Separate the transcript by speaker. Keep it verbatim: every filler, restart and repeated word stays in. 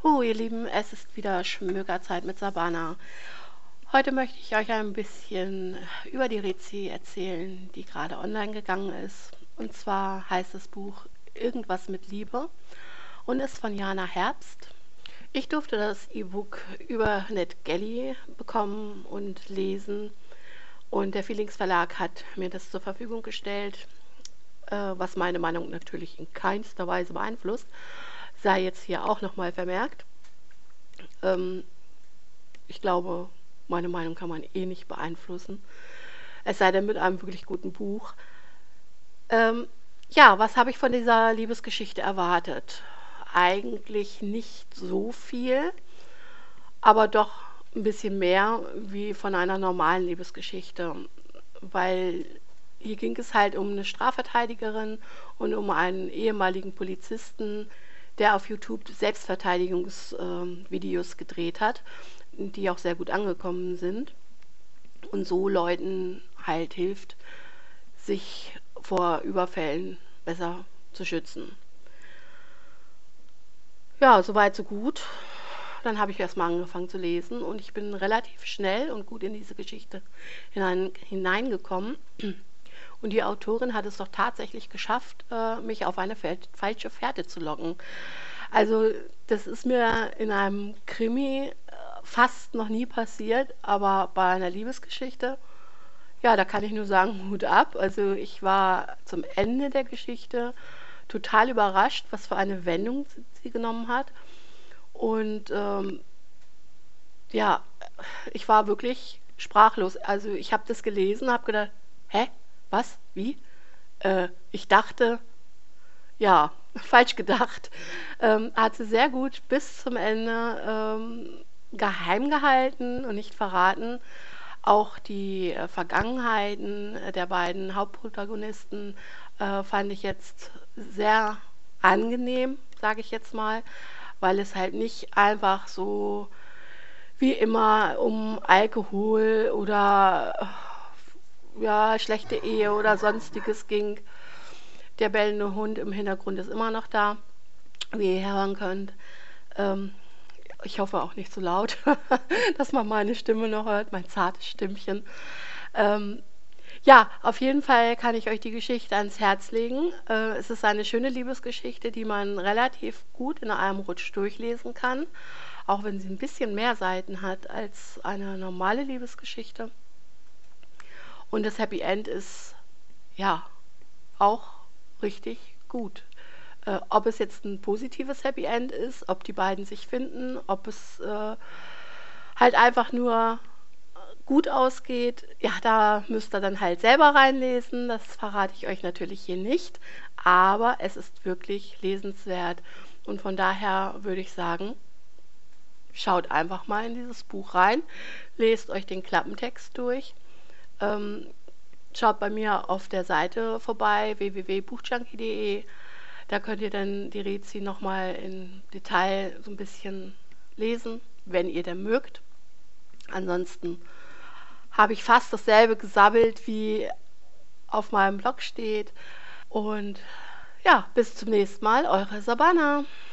Speaker 1: Oh, ihr Lieben, es ist wieder Schmökerzeit mit Sabana. Heute möchte ich euch ein bisschen über die Rezi erzählen, die gerade online gegangen ist. Und zwar heißt das Buch Irgendwas mit Liebe und ist von Jana Herbst. Ich durfte das E-Book über NetGalley bekommen und lesen. Und der Feelings Verlag hat mir das zur Verfügung gestellt, äh, was meine Meinung natürlich in keinster Weise beeinflusst. Sei jetzt hier auch nochmal vermerkt. Ähm, ich glaube, meine Meinung kann man eh nicht beeinflussen. Es sei denn mit einem wirklich guten Buch. Ähm, ja, was habe ich von dieser Liebesgeschichte erwartet? Eigentlich nicht so viel, aber doch ein bisschen mehr wie von einer normalen Liebesgeschichte, weil hier ging es halt um eine Strafverteidigerin und um einen ehemaligen Polizisten, der auf YouTube Selbstverteidigungsvideos gedreht hat, die auch sehr gut angekommen sind und so Leuten halt hilft, sich vor Überfällen besser zu schützen. Ja, soweit so gut. Dann habe ich erstmal angefangen zu lesen und ich bin relativ schnell und gut in diese Geschichte hinein, hineingekommen. Und die Autorin hat es doch tatsächlich geschafft, äh, mich auf eine falsche Fährte zu locken. Also das ist mir in einem Krimi äh, fast noch nie passiert, aber bei einer Liebesgeschichte, ja, da kann ich nur sagen, Hut ab. Also ich war zum Ende der Geschichte total überrascht, was für eine Wendung sie genommen hat. Und ähm, ja, ich war wirklich sprachlos. Also ich habe das gelesen, habe gedacht, hä, was, wie? Äh, ich dachte, ja, falsch gedacht. Ähm, hat sie sehr gut bis zum Ende ähm, geheim gehalten und nicht verraten. Auch die äh, Vergangenheiten der beiden Hauptprotagonisten äh, fand ich jetzt sehr angenehm, sage ich jetzt mal, weil es halt nicht einfach so wie immer um Alkohol oder ja, schlechte Ehe oder sonstiges ging. Der bellende Hund im Hintergrund ist immer noch da, wie ihr hören könnt. Ähm, ich hoffe auch nicht so laut, dass man meine Stimme noch hört, mein zartes Stimmchen. Ähm, ja, auf jeden Fall kann ich euch die Geschichte ans Herz legen. Äh, es ist eine schöne Liebesgeschichte, die man relativ gut in einem Rutsch durchlesen kann, auch wenn sie ein bisschen mehr Seiten hat als eine normale Liebesgeschichte. Und das Happy End ist ja auch richtig gut. Äh, ob es jetzt ein positives Happy End ist, ob die beiden sich finden, ob es äh, halt einfach nur gut ausgeht, ja, da müsst ihr dann halt selber reinlesen. Das verrate ich euch natürlich hier nicht. Aber es ist wirklich lesenswert. Und von daher würde ich sagen, schaut einfach mal in dieses Buch rein, lest euch den Klappentext durch. Ähm, schaut bei mir auf der Seite vorbei, w w w punkt buchjunkie punkt de. Da könnt ihr dann die Rezi nochmal im Detail so ein bisschen lesen, wenn ihr denn mögt. Ansonsten habe ich fast dasselbe gesabbelt, wie auf meinem Blog steht. Und ja, bis zum nächsten Mal, eure Sabana.